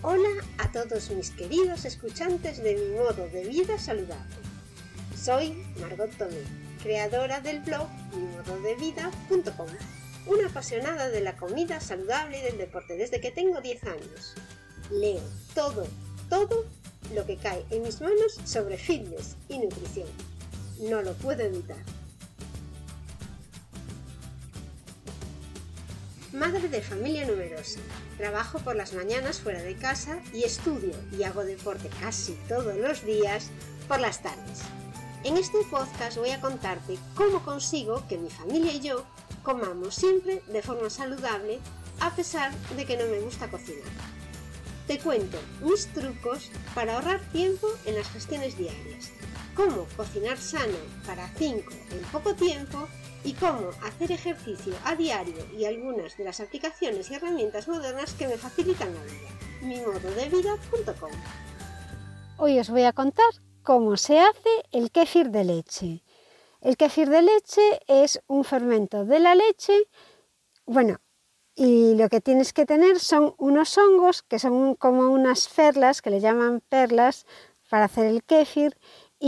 Hola a todos mis queridos escuchantes de Mi Modo de Vida Saludable. Soy Margot Tomé, creadora del blog mimododevida.com, una apasionada de la comida saludable y del deporte desde que tengo 10 años. Leo todo lo que cae en mis manos sobre fitness y nutrición. No lo puedo evitar. Madre de familia numerosa, trabajo por las mañanas fuera de casa y estudio y hago deporte casi todos los días por las tardes. En este podcast voy a contarte cómo consigo que mi familia y yo comamos siempre de forma saludable a pesar de que no me gusta cocinar. Te cuento mis trucos para ahorrar tiempo en las gestiones diarias, cómo cocinar sano para 5 en poco tiempo y cómo hacer ejercicio a diario y algunas de las aplicaciones y herramientas modernas que me facilitan la vida. mimododevida.com. Hoy os voy a contar cómo se hace el kéfir de leche. El kéfir de leche es un fermento de la leche, y lo que tienes que tener son unos hongos que son como unas perlas, que le llaman perlas, para hacer el kéfir,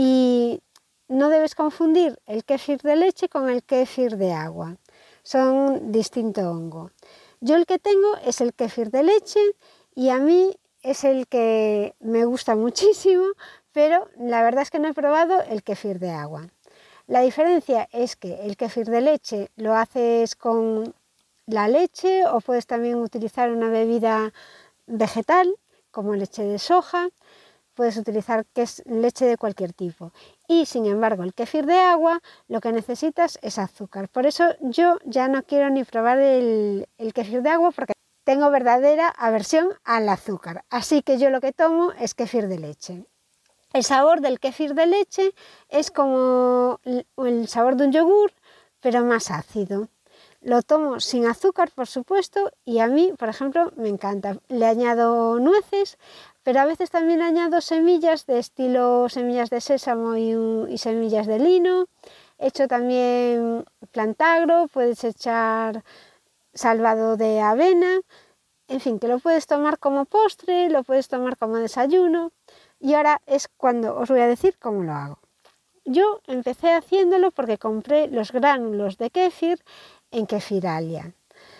y no debes confundir el kéfir de leche con el kéfir de agua. Son distinto hongo. Yo el que tengo es el kéfir de leche y a mí es el que me gusta muchísimo, pero la verdad es que no he probado el kéfir de agua. La diferencia es que el kéfir de leche lo haces con la leche o puedes también utilizar una bebida vegetal como leche de soja. Puedes utilizar leche de cualquier tipo. Y sin embargo, el kéfir de agua lo que necesitas es azúcar. Por eso yo ya no quiero ni probar el kéfir de agua porque tengo verdadera aversión al azúcar. Así que yo lo que tomo es kéfir de leche. El sabor del kéfir de leche es como el sabor de un yogur, pero más ácido. Lo tomo sin azúcar, por supuesto, y a mí, por ejemplo, me encanta. Le añado nueces, pero a veces también añado semillas de estilo semillas de sésamo y semillas de lino. Echo también plantagro, puedes echar salvado de avena. En fin, que lo puedes tomar como postre, lo puedes tomar como desayuno. Y ahora es cuando os voy a decir cómo lo hago. Yo empecé haciéndolo porque compré los gránulos de kéfir en Kefiralia.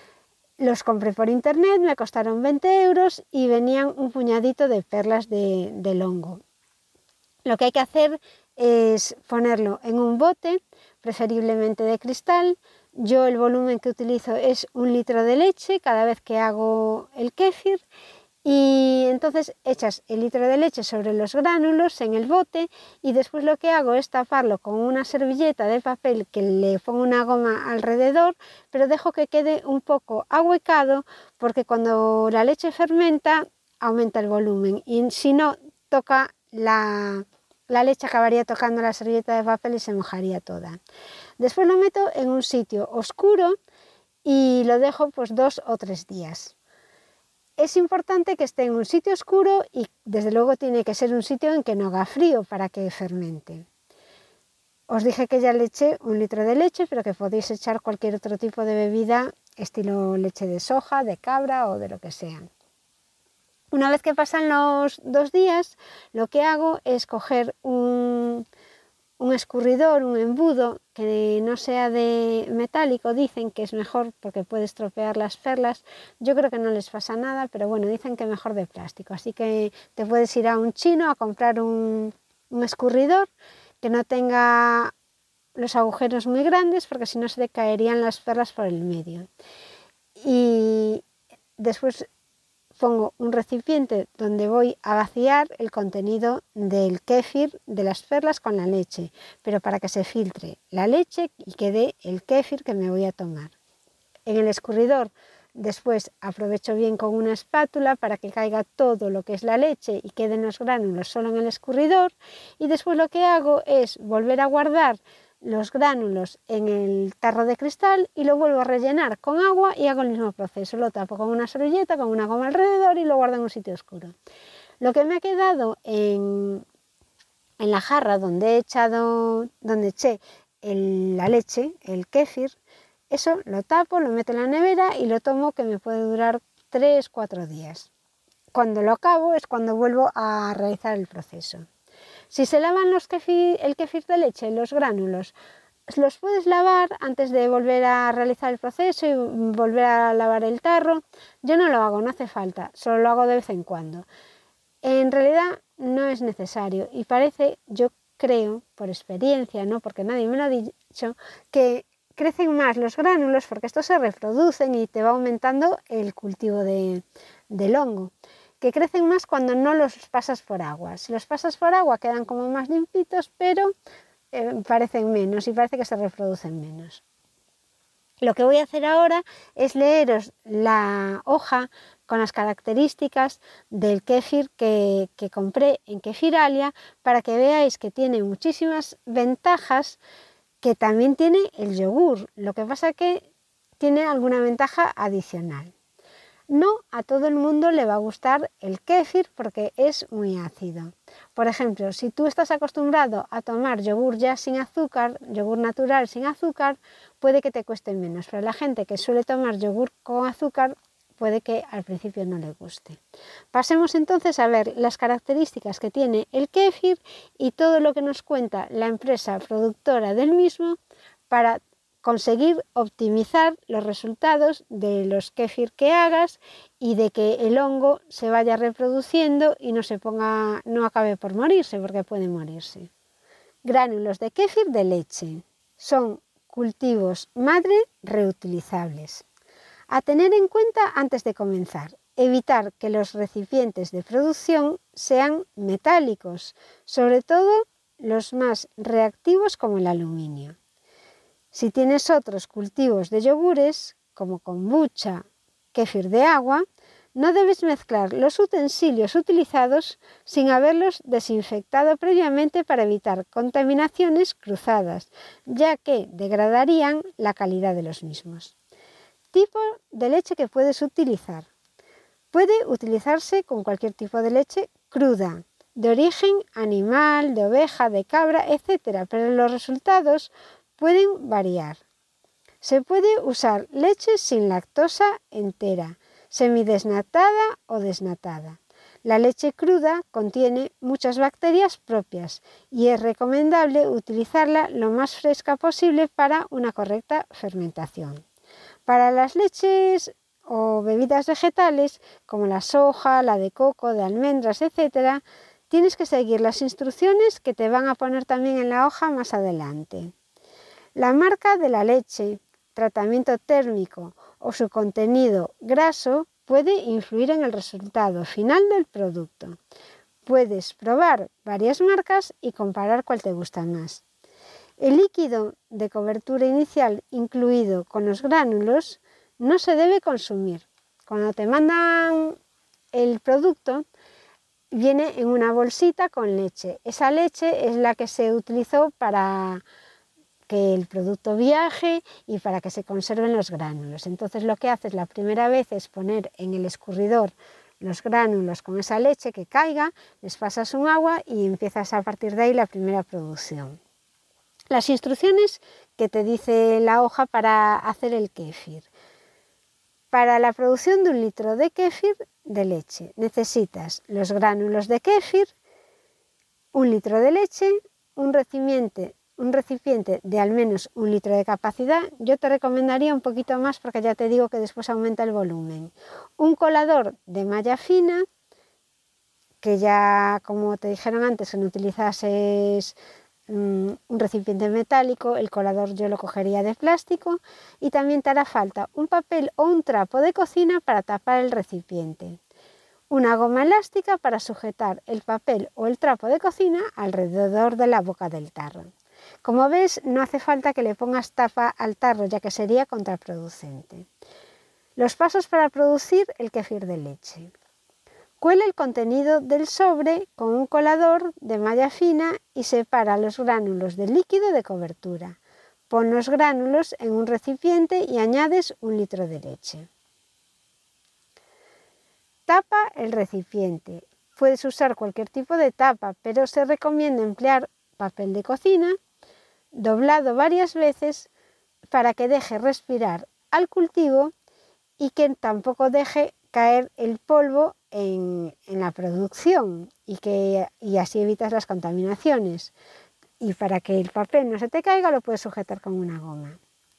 Los compré por internet, me costaron 20 euros y venían un puñadito de perlas del hongo. Lo que hay que hacer es ponerlo en un bote, preferiblemente de cristal. Yo el volumen que utilizo es 1 litro de leche cada vez que hago el kéfir. Y entonces echas el litro de leche sobre los gránulos en el bote y después lo que hago es taparlo con una servilleta de papel que le pongo una goma alrededor, pero dejo que quede un poco ahuecado porque cuando la leche fermenta aumenta el volumen y si no toca la leche acabaría tocando la servilleta de papel y se mojaría toda. Después lo meto en un sitio oscuro y lo dejo pues 2 o 3 días. Es importante que esté en un sitio oscuro y desde luego tiene que ser un sitio en que no haga frío para que fermente. Os dije que ya le eché 1 litro de leche, pero que podéis echar cualquier otro tipo de bebida, estilo leche de soja, de cabra o de lo que sea. Una vez que pasan los 2 días, lo que hago es coger un escurridor, un embudo que no sea de metálico, dicen que es mejor porque puede estropear las perlas. Yo creo que no les pasa nada, pero bueno, dicen que mejor de plástico. Así que te puedes ir a un chino a comprar un escurridor que no tenga los agujeros muy grandes porque si no se te caerían las perlas por el medio. Y después pongo un recipiente donde voy a vaciar el contenido del kéfir de las perlas con la leche, pero para que se filtre la leche y quede el kéfir que me voy a tomar. En el escurridor después aprovecho bien con una espátula para que caiga todo lo que es la leche y queden los gránulos solo en el escurridor y después lo que hago es volver a guardar los gránulos en el tarro de cristal y lo vuelvo a rellenar con agua y hago el mismo proceso. Lo tapo con una servilleta, con una goma alrededor y lo guardo en un sitio oscuro. Lo que me ha quedado en la jarra donde eché la leche, el kéfir, eso lo tapo, lo meto en la nevera y lo tomo que me puede durar 3-4 días. cuando lo acabo es cuando vuelvo a realizar el proceso. Si se lavan el kéfir de leche, los gránulos, los puedes lavar antes de volver a realizar el proceso y volver a lavar el tarro. Yo no lo hago, no hace falta, solo lo hago de vez en cuando. En realidad no es necesario y parece, yo creo, por experiencia, no porque nadie me lo ha dicho, que crecen más los gránulos porque estos se reproducen y te va aumentando el cultivo del hongo, que crecen más cuando no los pasas por agua. Si los pasas por agua quedan como más limpitos, pero parecen menos y parece que se reproducen menos. Lo que voy a hacer ahora es leeros la hoja con las características del kéfir que compré en Kefiralia para que veáis que tiene muchísimas ventajas que también tiene el yogur. Lo que pasa que tiene alguna ventaja adicional. No a todo el mundo le va a gustar el kéfir porque es muy ácido. Por ejemplo, si tú estás acostumbrado a tomar yogur ya sin azúcar, yogur natural sin azúcar, puede que te cueste menos. Pero la gente que suele tomar yogur con azúcar puede que al principio no le guste. Pasemos entonces a ver las características que tiene el kéfir y todo lo que nos cuenta la empresa productora del mismo para conseguir optimizar los resultados de los kéfir que hagas y de que el hongo se vaya reproduciendo y no acabe por morirse, porque puede morirse. Gránulos de kéfir de leche. Son cultivos madre reutilizables. A tener en cuenta antes de comenzar. Evitar que los recipientes de producción sean metálicos, sobre todo los más reactivos como el aluminio. Si tienes otros cultivos de yogures, como kombucha, kéfir de agua, no debes mezclar los utensilios utilizados sin haberlos desinfectado previamente para evitar contaminaciones cruzadas, ya que degradarían la calidad de los mismos. Tipo de leche que puedes utilizar. Puede utilizarse con cualquier tipo de leche cruda, de origen animal, de oveja, de cabra, etc., pero los resultados pueden variar. Se puede usar leche sin lactosa entera, semidesnatada o desnatada. La leche cruda contiene muchas bacterias propias y es recomendable utilizarla lo más fresca posible para una correcta fermentación. Para las leches o bebidas vegetales, como la soja, la de coco, de almendras, etc., tienes que seguir las instrucciones que te van a poner también en la hoja más adelante. La marca de la leche, tratamiento térmico o su contenido graso puede influir en el resultado final del producto. Puedes probar varias marcas y comparar cuál te gusta más. El líquido de cobertura inicial incluido con los gránulos no se debe consumir. Cuando te mandan el producto, viene en una bolsita con leche. Esa leche es la que se utilizó para que el producto viaje y para que se conserven los gránulos. Entonces lo que haces la primera vez es poner en el escurridor los gránulos con esa leche que caiga, les pasas un agua y empiezas a partir de ahí la primera producción. Las instrucciones que te dice la hoja para hacer el kéfir. Para la producción de 1 litro de kéfir de leche necesitas los gránulos de kéfir, 1 litro de leche, un recipiente de al menos 1 litro de capacidad. Yo te recomendaría un poquito más porque ya te digo que después aumenta el volumen. Un colador de malla fina, que ya como te dijeron antes, si no utilizases un recipiente metálico, el colador yo lo cogería de plástico, y también te hará falta un papel o un trapo de cocina para tapar el recipiente. Una goma elástica para sujetar el papel o el trapo de cocina alrededor de la boca del tarro. Como ves, no hace falta que le pongas tapa al tarro, ya que sería contraproducente. Los pasos para producir el kéfir de leche. Cuela el contenido del sobre con un colador de malla fina y separa los gránulos del líquido de cobertura. Pon los gránulos en un recipiente y añades 1 litro de leche. Tapa el recipiente. Puedes usar cualquier tipo de tapa, pero se recomienda emplear papel de cocina doblado varias veces para que deje respirar al cultivo y que tampoco deje caer el polvo en la producción y así evitas las contaminaciones. Y para que el papel no se te caiga lo puedes sujetar con una goma.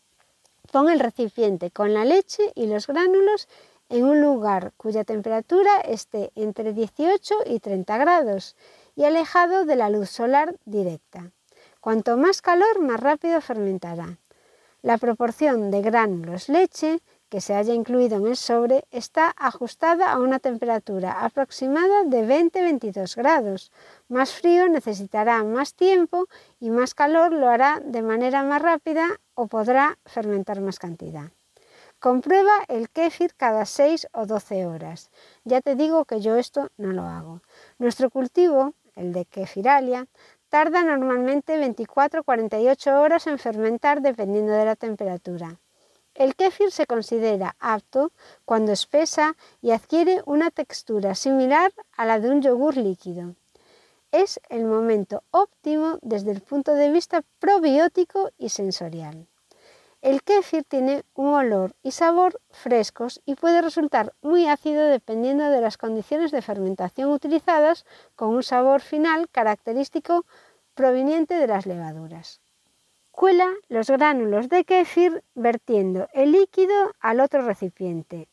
Pon el recipiente con la leche y los gránulos en un lugar cuya temperatura esté entre 18 y 30 grados y alejado de la luz solar directa. Cuanto más calor, más rápido fermentará. La proporción de gránulos-leche que se haya incluido en el sobre está ajustada a una temperatura aproximada de 20-22 grados. Más frío necesitará más tiempo y más calor lo hará de manera más rápida o podrá fermentar más cantidad. Comprueba el kéfir cada 6 o 12 horas. Ya te digo que yo esto no lo hago. Nuestro cultivo, el de Kefiralia, tarda normalmente 24-48 horas en fermentar dependiendo de la temperatura. El kéfir se considera apto cuando espesa y adquiere una textura similar a la de un yogur líquido. Es el momento óptimo desde el punto de vista probiótico y sensorial. El kéfir tiene un olor y sabor frescos y puede resultar muy ácido dependiendo de las condiciones de fermentación utilizadas, con un sabor final característico proveniente de las levaduras. Cuela los gránulos de kéfir vertiendo el líquido al otro recipiente.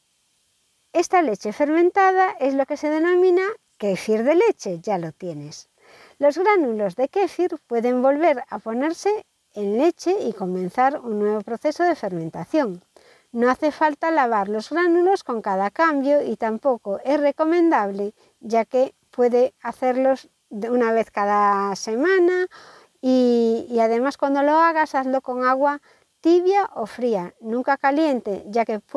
Esta leche fermentada es lo que se denomina kéfir de leche, ya lo tienes. Los gránulos de kéfir pueden volver a ponerse en leche y comenzar un nuevo proceso de fermentación. No hace falta lavar los gránulos con cada cambio y tampoco es recomendable, ya que puede hacerlos una vez cada semana y además cuando lo hagas hazlo con agua tibia o fría, nunca caliente, ya que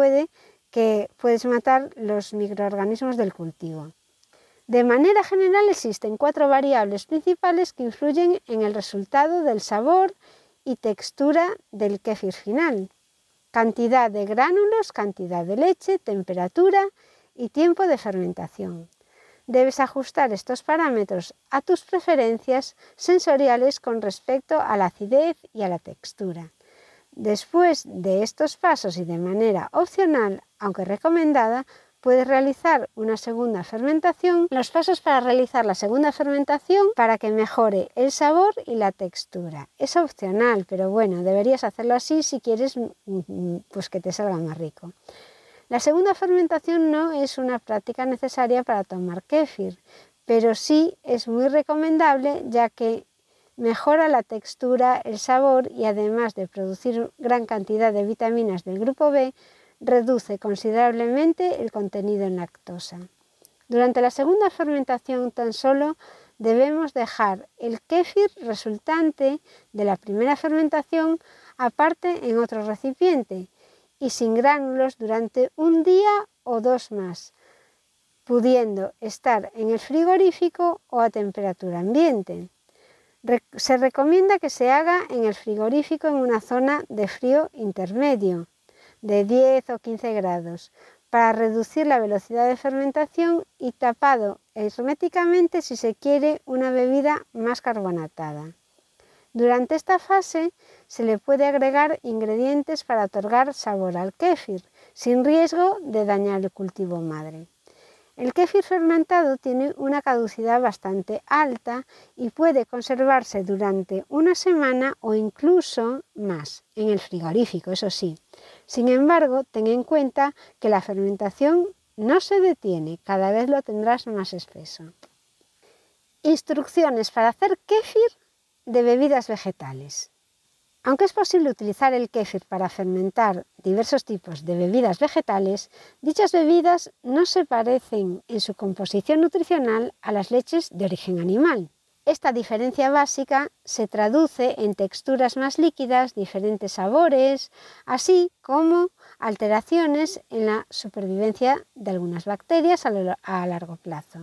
puedes matar los microorganismos del cultivo. De manera general existen 4 variables principales que influyen en el resultado del sabor y textura del kéfir final: cantidad de gránulos, cantidad de leche, temperatura y tiempo de fermentación. Debes ajustar estos parámetros a tus preferencias sensoriales con respecto a la acidez y a la textura. Después de estos pasos y de manera opcional, aunque recomendada, puedes realizar una segunda fermentación. Los pasos para realizar la segunda fermentación para que mejore el sabor y la textura. Es opcional, pero bueno, deberías hacerlo así si quieres pues que te salga más rico. La segunda fermentación no es una práctica necesaria para tomar kéfir, pero sí es muy recomendable, ya que mejora la textura, el sabor y además de producir gran cantidad de vitaminas del grupo B, reduce considerablemente el contenido en lactosa. Durante la segunda fermentación tan solo debemos dejar el kéfir resultante de la primera fermentación aparte en otro recipiente y sin gránulos durante un día o 2 más, pudiendo estar en el frigorífico o a temperatura ambiente. Se recomienda que se haga en el frigorífico en una zona de frío intermedio, de 10 o 15 grados, para reducir la velocidad de fermentación y tapado herméticamente si se quiere una bebida más carbonatada. Durante esta fase se le puede agregar ingredientes para otorgar sabor al kéfir, sin riesgo de dañar el cultivo madre. El kéfir fermentado tiene una caducidad bastante alta y puede conservarse durante una semana o incluso más, en el frigorífico, eso sí. Sin embargo, ten en cuenta que la fermentación no se detiene, cada vez lo tendrás más espeso. Instrucciones para hacer kéfir de bebidas vegetales. Aunque es posible utilizar el kéfir para fermentar diversos tipos de bebidas vegetales, dichas bebidas no se parecen en su composición nutricional a las leches de origen animal. Esta diferencia básica se traduce en texturas más líquidas, diferentes sabores, así como alteraciones en la supervivencia de algunas bacterias a largo plazo.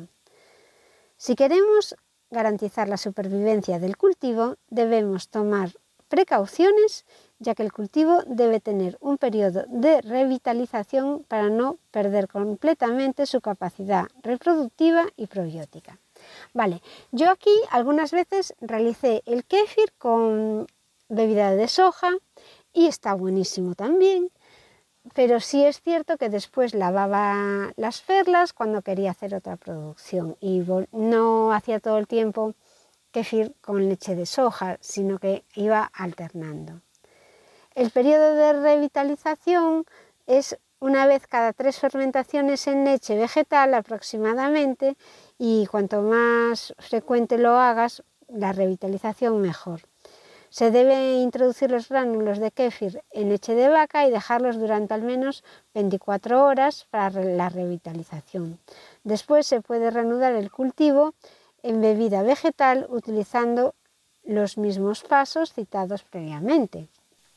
Si queremos garantizar la supervivencia del cultivo, debemos tomar precauciones, ya que el cultivo debe tener un periodo de revitalización para no perder completamente su capacidad reproductiva y probiótica. Vale, yo aquí algunas veces realicé el kéfir con bebida de soja y está buenísimo también, pero sí es cierto que después lavaba las perlas cuando quería hacer otra producción y no hacía todo el tiempo kéfir con leche de soja, sino que iba alternando. El periodo de revitalización es una vez cada 3 fermentaciones en leche vegetal aproximadamente, y cuanto más frecuente lo hagas, la revitalización mejor. Se debe introducir los gránulos de kéfir en leche de vaca y dejarlos durante al menos 24 horas para la revitalización. Después se puede reanudar el cultivo en bebida vegetal utilizando los mismos pasos citados previamente.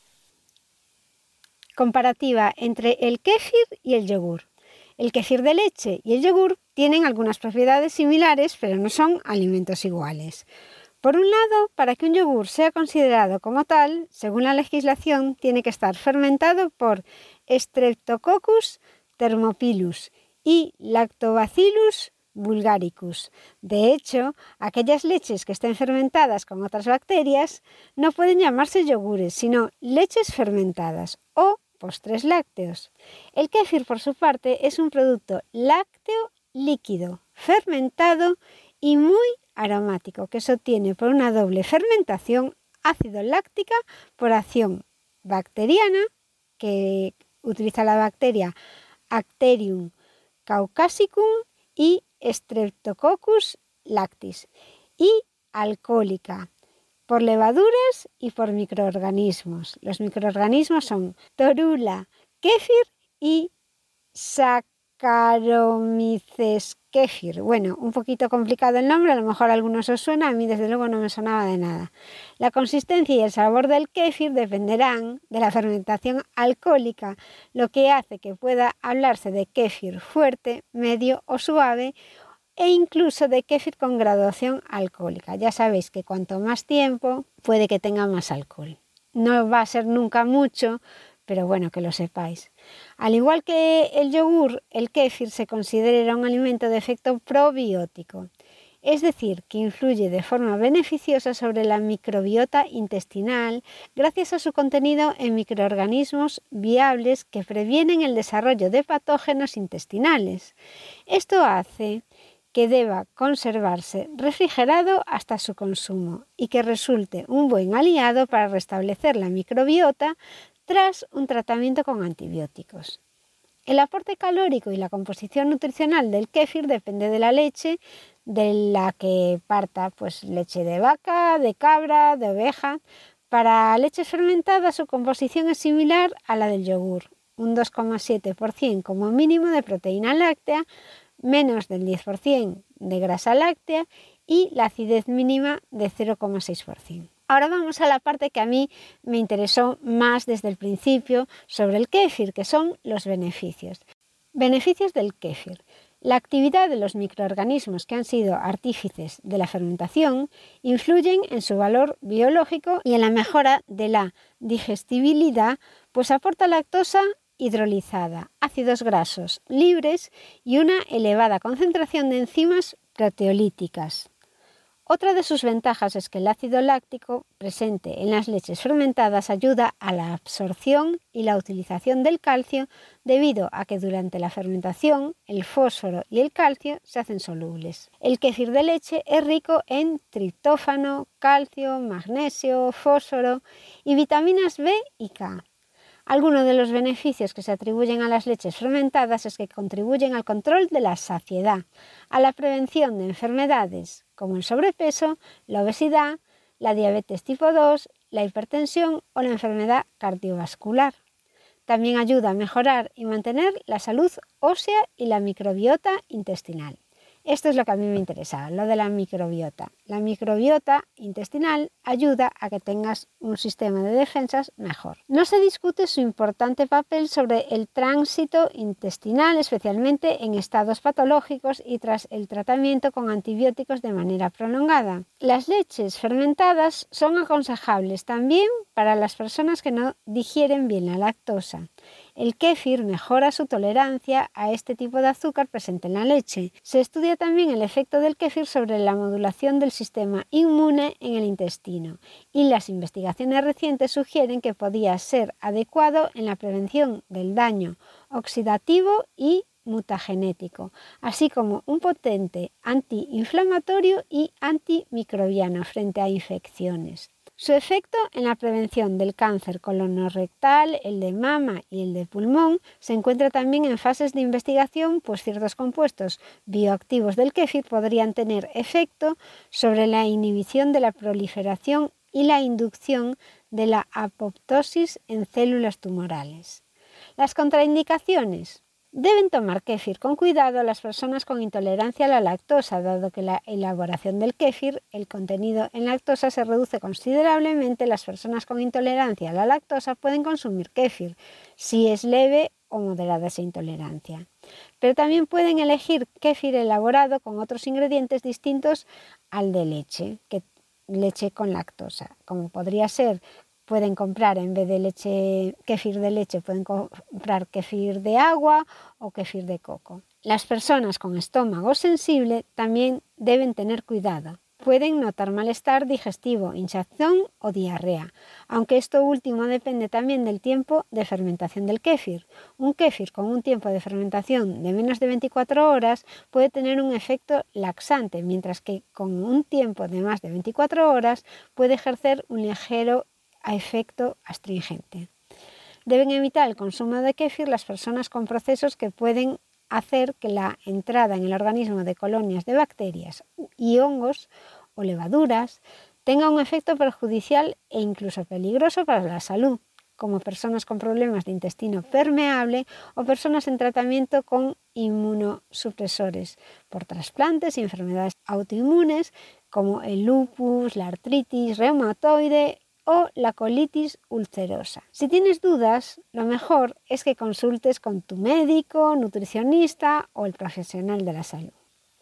Comparativa entre el kéfir y el yogur. El kéfir de leche y el yogur tienen algunas propiedades similares, pero no son alimentos iguales. Por un lado, para que un yogur sea considerado como tal, según la legislación, tiene que estar fermentado por Streptococcus thermophilus y Lactobacillus bulgaricus. De hecho, aquellas leches que estén fermentadas con otras bacterias no pueden llamarse yogures, sino leches fermentadas o postres lácteos. El kéfir, por su parte, es un producto lácteo líquido, fermentado y muy aromático, que se obtiene por una doble fermentación ácido láctica por acción bacteriana, que utiliza la bacteria Acterium caucasicum y Streptococcus lactis, y alcohólica por levaduras y por microorganismos. Los microorganismos son Torula kéfir y Saccharomyces kéfir. Bueno, un poquito complicado el nombre, a lo mejor a algunos os suena, a mí desde luego no me sonaba de nada. La consistencia y el sabor del kéfir dependerán de la fermentación alcohólica, lo que hace que pueda hablarse de kéfir fuerte, medio o suave, e incluso de kéfir con graduación alcohólica. Ya sabéis que cuanto más tiempo, puede que tenga más alcohol. No va a ser nunca mucho, pero bueno, que lo sepáis. Al igual que el yogur, el kéfir se considera un alimento de efecto probiótico, es decir, que influye de forma beneficiosa sobre la microbiota intestinal gracias a su contenido en microorganismos viables que previenen el desarrollo de patógenos intestinales. Esto hace que deba conservarse refrigerado hasta su consumo y que resulte un buen aliado para restablecer la microbiota tras un tratamiento con antibióticos. El aporte calórico y la composición nutricional del kéfir depende de la leche de la que parta, pues leche de vaca, de cabra, de oveja. Para leches fermentadas su composición es similar a la del yogur, un 2,7% como mínimo de proteína láctea, menos del 10% de grasa láctea y la acidez mínima de 0,6%. Ahora vamos a la parte que a mí me interesó más desde el principio sobre el kéfir, que son los beneficios. Beneficios del kéfir. La actividad de los microorganismos que han sido artífices de la fermentación influyen en su valor biológico y en la mejora de la digestibilidad, pues aporta lactosa hidrolizada, ácidos grasos libres y una elevada concentración de enzimas proteolíticas. Otra de sus ventajas es que el ácido láctico presente en las leches fermentadas ayuda a la absorción y la utilización del calcio debido a que durante la fermentación el fósforo y el calcio se hacen solubles. El kéfir de leche es rico en triptófano, calcio, magnesio, fósforo y vitaminas B y K. Algunos de los beneficios que se atribuyen a las leches fermentadas es que contribuyen al control de la saciedad, a la prevención de enfermedades como el sobrepeso, la obesidad, la diabetes tipo 2, la hipertensión o la enfermedad cardiovascular. También ayuda a mejorar y mantener la salud ósea y la microbiota intestinal. Esto es lo que a mí me interesaba, lo de la microbiota. La microbiota intestinal ayuda a que tengas un sistema de defensas mejor. No se discute su importante papel sobre el tránsito intestinal, especialmente en estados patológicos y tras el tratamiento con antibióticos de manera prolongada. Las leches fermentadas son aconsejables también para las personas que no digieren bien la lactosa. El kéfir mejora su tolerancia a este tipo de azúcar presente en la leche. Se estudia también el efecto del kéfir sobre la modulación del sistema inmune en el intestino y las investigaciones recientes sugieren que podía ser adecuado en la prevención del daño oxidativo y mutagenético, así como un potente antiinflamatorio y antimicrobiano frente a infecciones. Su efecto en la prevención del cáncer colonorrectal, el de mama y el de pulmón se encuentra también en fases de investigación, pues ciertos compuestos bioactivos del kéfir podrían tener efecto sobre la inhibición de la proliferación y la inducción de la apoptosis en células tumorales. Las contraindicaciones. Deben tomar kéfir con cuidado las personas con intolerancia a la lactosa, dado que la elaboración del kéfir, el contenido en lactosa se reduce considerablemente. Las personas con intolerancia a la lactosa pueden consumir kéfir, si es leve o moderada esa intolerancia. Pero también pueden elegir kéfir elaborado con otros ingredientes distintos al de leche, leche con lactosa, como podría ser. Pueden comprar, en vez de kéfir de leche, pueden comprar kéfir de agua o kéfir de coco. Las personas con estómago sensible también deben tener cuidado. Pueden notar malestar digestivo, hinchazón o diarrea, aunque esto último depende también del tiempo de fermentación del kéfir. Un kéfir con un tiempo de fermentación de menos de 24 horas puede tener un efecto laxante, mientras que con un tiempo de más de 24 horas puede ejercer un ligero efecto astringente. Deben evitar el consumo de kéfir las personas con procesos que pueden hacer que la entrada en el organismo de colonias de bacterias y hongos o levaduras tenga un efecto perjudicial e incluso peligroso para la salud, como personas con problemas de intestino permeable o personas en tratamiento con inmunosupresores por trasplantes y enfermedades autoinmunes como el lupus, la artritis reumatoide o la colitis ulcerosa. Si tienes dudas, lo mejor es que consultes con tu médico, nutricionista o el profesional de la salud.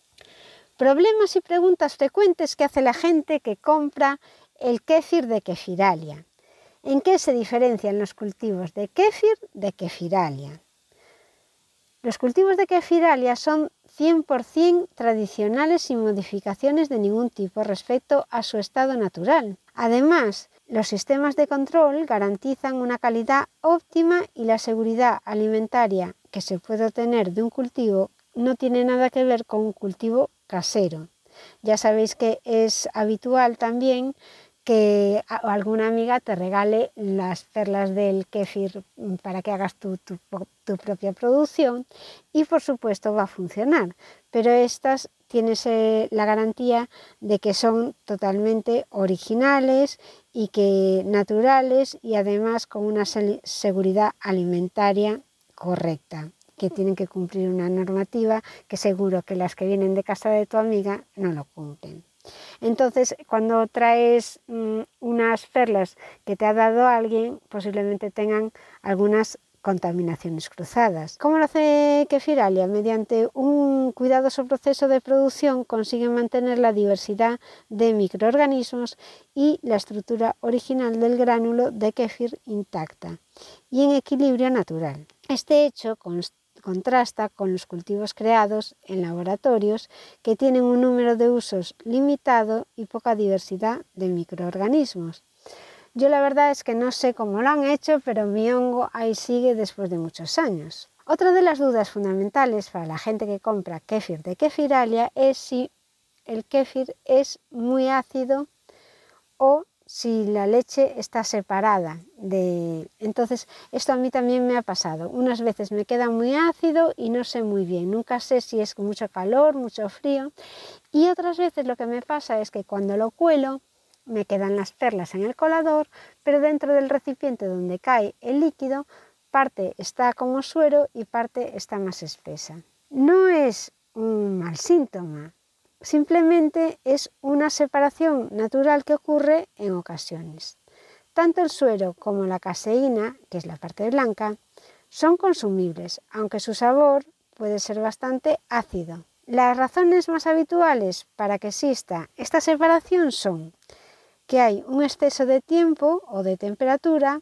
Problemas y preguntas frecuentes que hace la gente que compra el kéfir de Kefiralia. ¿En qué se diferencian los cultivos de kéfir de Kefiralia? Los cultivos de Kefiralia son 100% tradicionales sin modificaciones de ningún tipo respecto a su estado natural. Además, los sistemas de control garantizan una calidad óptima y la seguridad alimentaria que se puede obtener de un cultivo no tiene nada que ver con un cultivo casero. Ya sabéis que es habitual también que alguna amiga te regale las perlas del kéfir para que hagas tu propia producción y por supuesto va a funcionar, pero estas tienes la garantía de que son totalmente originales y que naturales y además con una seguridad alimentaria correcta, que tienen que cumplir una normativa que seguro que las que vienen de casa de tu amiga no lo cumplen. Entonces, cuando traes unas perlas que te ha dado alguien, posiblemente tengan algunas contaminaciones cruzadas. ¿Cómo lo hace Kefiralia? Mediante un cuidadoso proceso de producción consiguen mantener la diversidad de microorganismos y la estructura original del gránulo de kéfir intacta y en equilibrio natural. Este hecho contrasta con los cultivos creados en laboratorios que tienen un número de usos limitado y poca diversidad de microorganismos. Yo la verdad es que no sé cómo lo han hecho, pero mi hongo ahí sigue después de muchos años. Otra de las dudas fundamentales para la gente que compra kéfir de Kefiralia es si el kéfir es muy ácido o si la leche está separada. Entonces, esto a mí también me ha pasado. Unas veces me queda muy ácido y no sé muy bien. Nunca sé si es mucho calor, mucho frío. Y otras veces lo que me pasa es que cuando lo cuelo, me quedan las perlas en el colador, pero dentro del recipiente donde cae el líquido, parte está como suero y parte está más espesa. No es un mal síntoma. Simplemente es una separación natural que ocurre en ocasiones. Tanto el suero como la caseína, que es la parte blanca, son consumibles, aunque su sabor puede ser bastante ácido. Las razones más habituales para que exista esta separación son que hay un exceso de tiempo o de temperatura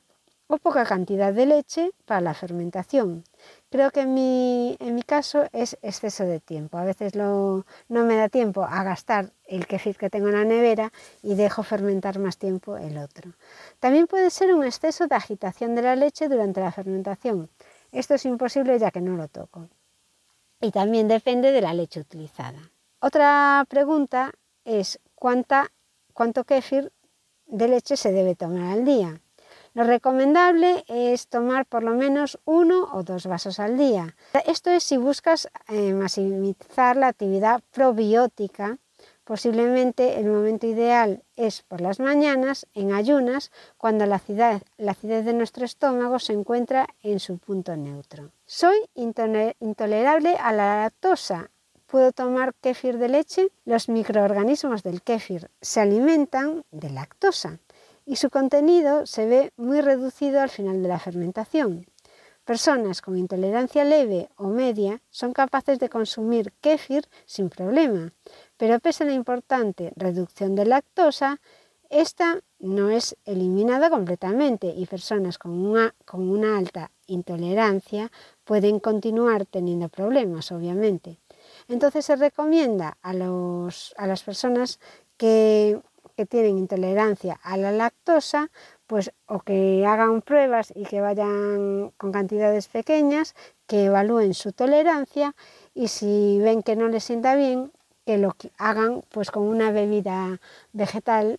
o poca cantidad de leche para la fermentación. Creo que en mi caso es exceso de tiempo. A veces no me da tiempo a gastar el kéfir que tengo en la nevera y dejo fermentar más tiempo el otro. También puede ser un exceso de agitación de la leche durante la fermentación. Esto es imposible ya que no lo toco. Y también depende de la leche utilizada. Otra pregunta es ¿cuánto kéfir de leche se debe tomar al día? Lo recomendable es tomar por lo menos 1 o 2 vasos al día. Esto es si buscas maximizar la actividad probiótica. Posiblemente el momento ideal es por las mañanas, en ayunas, cuando la acidez de nuestro estómago se encuentra en su punto neutro. Soy intolerable a la lactosa. ¿Puedo tomar kéfir de leche? Los microorganismos del kéfir se alimentan de lactosa y su contenido se ve muy reducido al final de la fermentación. Personas con intolerancia leve o media son capaces de consumir kéfir sin problema, pero pese a la importante reducción de lactosa, esta no es eliminada completamente y personas con una alta intolerancia pueden continuar teniendo problemas, obviamente. Entonces se recomienda a las personas que tienen intolerancia a la lactosa, pues o que hagan pruebas y que vayan con cantidades pequeñas, que evalúen su tolerancia y si ven que no les sienta bien, que lo hagan pues con una bebida vegetal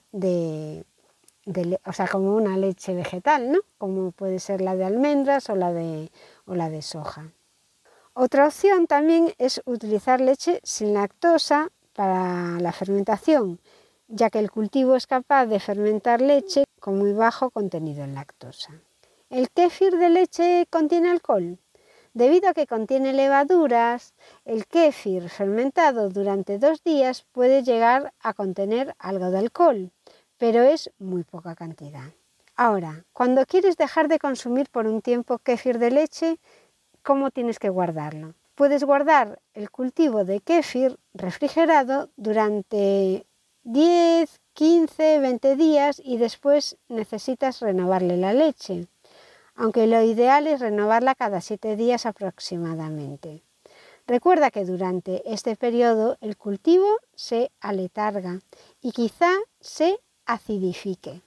o sea, como una leche vegetal, ¿no? Como puede ser la de almendras o la de soja. Otra opción también es utilizar leche sin lactosa para la fermentación, ya que el cultivo es capaz de fermentar leche con muy bajo contenido en lactosa. ¿El kéfir de leche contiene alcohol? Debido a que contiene levaduras, el kéfir fermentado durante 2 días puede llegar a contener algo de alcohol, pero es muy poca cantidad. Ahora, cuando quieres dejar de consumir por un tiempo kéfir de leche, ¿cómo tienes que guardarlo? Puedes guardar el cultivo de kéfir refrigerado durante 10, 15, 20 días y después necesitas renovarle la leche, aunque lo ideal es renovarla cada 7 días aproximadamente. Recuerda que durante este periodo el cultivo se aletarga y quizá se acidifique.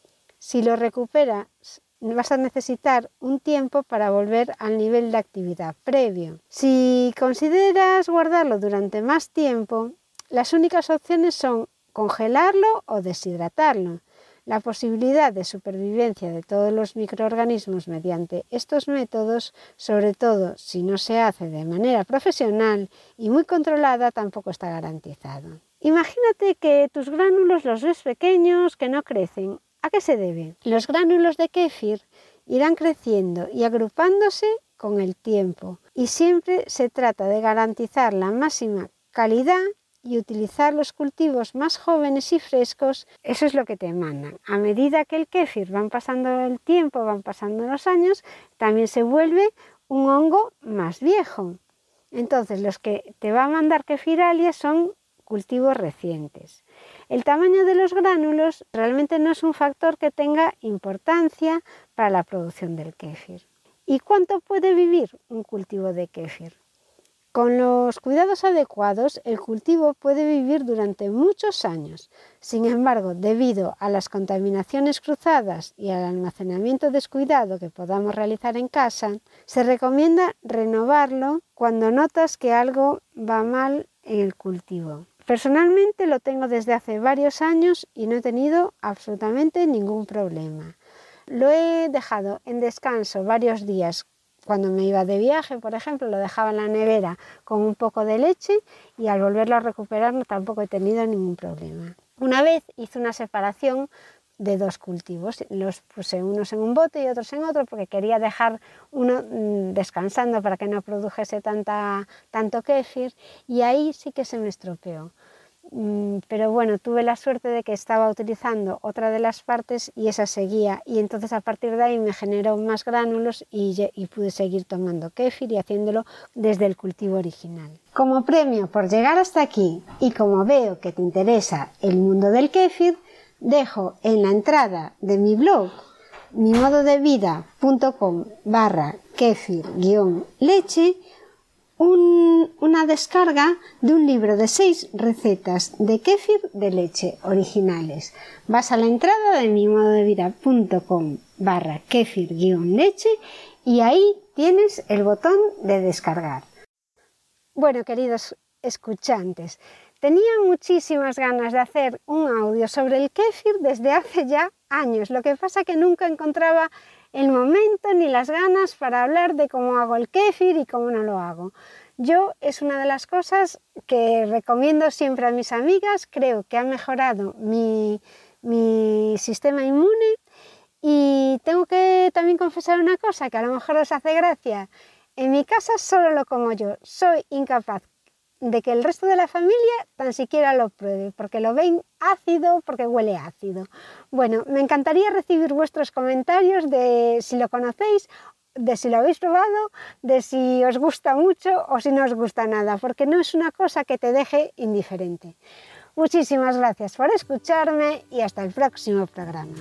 Si lo recuperas, vas a necesitar un tiempo para volver al nivel de actividad previo. Si consideras guardarlo durante más tiempo, las únicas opciones son congelarlo o deshidratarlo. La posibilidad de supervivencia de todos los microorganismos mediante estos métodos, sobre todo si no se hace de manera profesional y muy controlada, tampoco está garantizado. Imagínate que tus gránulos los ves pequeños, que no crecen. ¿A qué se debe? Los gránulos de kéfir irán creciendo y agrupándose con el tiempo y siempre se trata de garantizar la máxima calidad y utilizar los cultivos más jóvenes y frescos. Eso es lo que te mandan. A medida que el kéfir van pasando el tiempo, van pasando los años, también se vuelve un hongo más viejo. Entonces los que te va a mandar Kefiralia son cultivos recientes. El tamaño de los gránulos realmente no es un factor que tenga importancia para la producción del kéfir. ¿Y cuánto puede vivir un cultivo de kéfir? Con los cuidados adecuados, el cultivo puede vivir durante muchos años. Sin embargo, debido a las contaminaciones cruzadas y al almacenamiento descuidado que podamos realizar en casa, se recomienda renovarlo cuando notas que algo va mal en el cultivo. Personalmente lo tengo desde hace varios años y no he tenido absolutamente ningún problema. Lo he dejado en descanso varios días. Cuando me iba de viaje, por ejemplo, lo dejaba en la nevera con un poco de leche y al volverlo a recuperar tampoco he tenido ningún problema. Una vez hice una separación de 2 cultivos, los puse unos en un bote y otros en otro porque quería dejar uno descansando para que no produjese tanto kéfir y ahí sí que se me estropeó. Pero bueno, tuve la suerte de que estaba utilizando otra de las partes y esa seguía y entonces a partir de ahí me generó más gránulos y pude seguir tomando kéfir y haciéndolo desde el cultivo original. Como premio por llegar hasta aquí y como veo que te interesa el mundo del kéfir, dejo en la entrada de mi blog mimododevida.com/kefir-leche una descarga de un libro de 6 recetas de kéfir de leche originales. Vas a la entrada de mimododevida.com/kefir-leche y ahí tienes el botón de descargar. Bueno, queridos escuchantes, tenía muchísimas ganas de hacer un audio sobre el kéfir desde hace ya años. Lo que pasa que nunca encontraba el momento ni las ganas para hablar de cómo hago el kéfir y cómo no lo hago. Yo es una de las cosas que recomiendo siempre a mis amigas. Creo que ha mejorado mi sistema inmune y tengo que también confesar una cosa que a lo mejor os hace gracia. En mi casa solo lo como yo. Soy incapaz de que el resto de la familia tan siquiera lo pruebe, porque lo ven ácido, porque huele ácido. Bueno, me encantaría recibir vuestros comentarios de si lo conocéis, de si lo habéis probado, de si os gusta mucho o si no os gusta nada, porque no es una cosa que te deje indiferente. Muchísimas gracias por escucharme y hasta el próximo programa.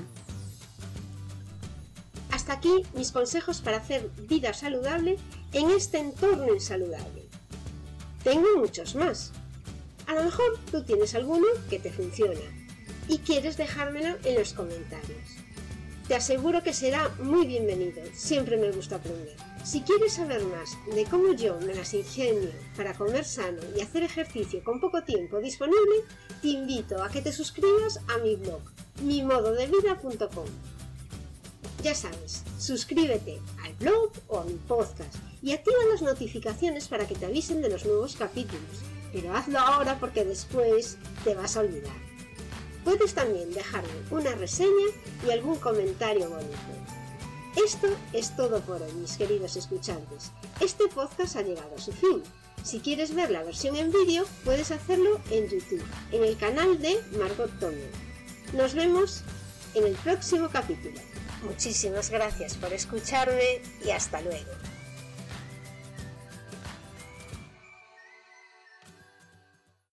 Hasta aquí mis consejos para hacer vida saludable en este entorno insaludable. Tengo muchos más. A lo mejor tú tienes alguno que te funciona y quieres dejármelo en los comentarios. Te aseguro que será muy bienvenido, siempre me gusta aprender. Si quieres saber más de cómo yo me las ingenio para comer sano y hacer ejercicio con poco tiempo disponible, te invito a que te suscribas a mi blog, mimododevida.com. Ya sabes, suscríbete al blog o a mi podcast y activa las notificaciones para que te avisen de los nuevos capítulos, pero hazlo ahora porque después te vas a olvidar. Puedes también dejarme una reseña y algún comentario bonito. Esto es todo por hoy, mis queridos escuchantes. Este podcast ha llegado a su fin. Si quieres ver la versión en vídeo, puedes hacerlo en YouTube, en el canal de Margot Toño. Nos vemos en el próximo capítulo. Muchísimas gracias por escucharme y hasta luego.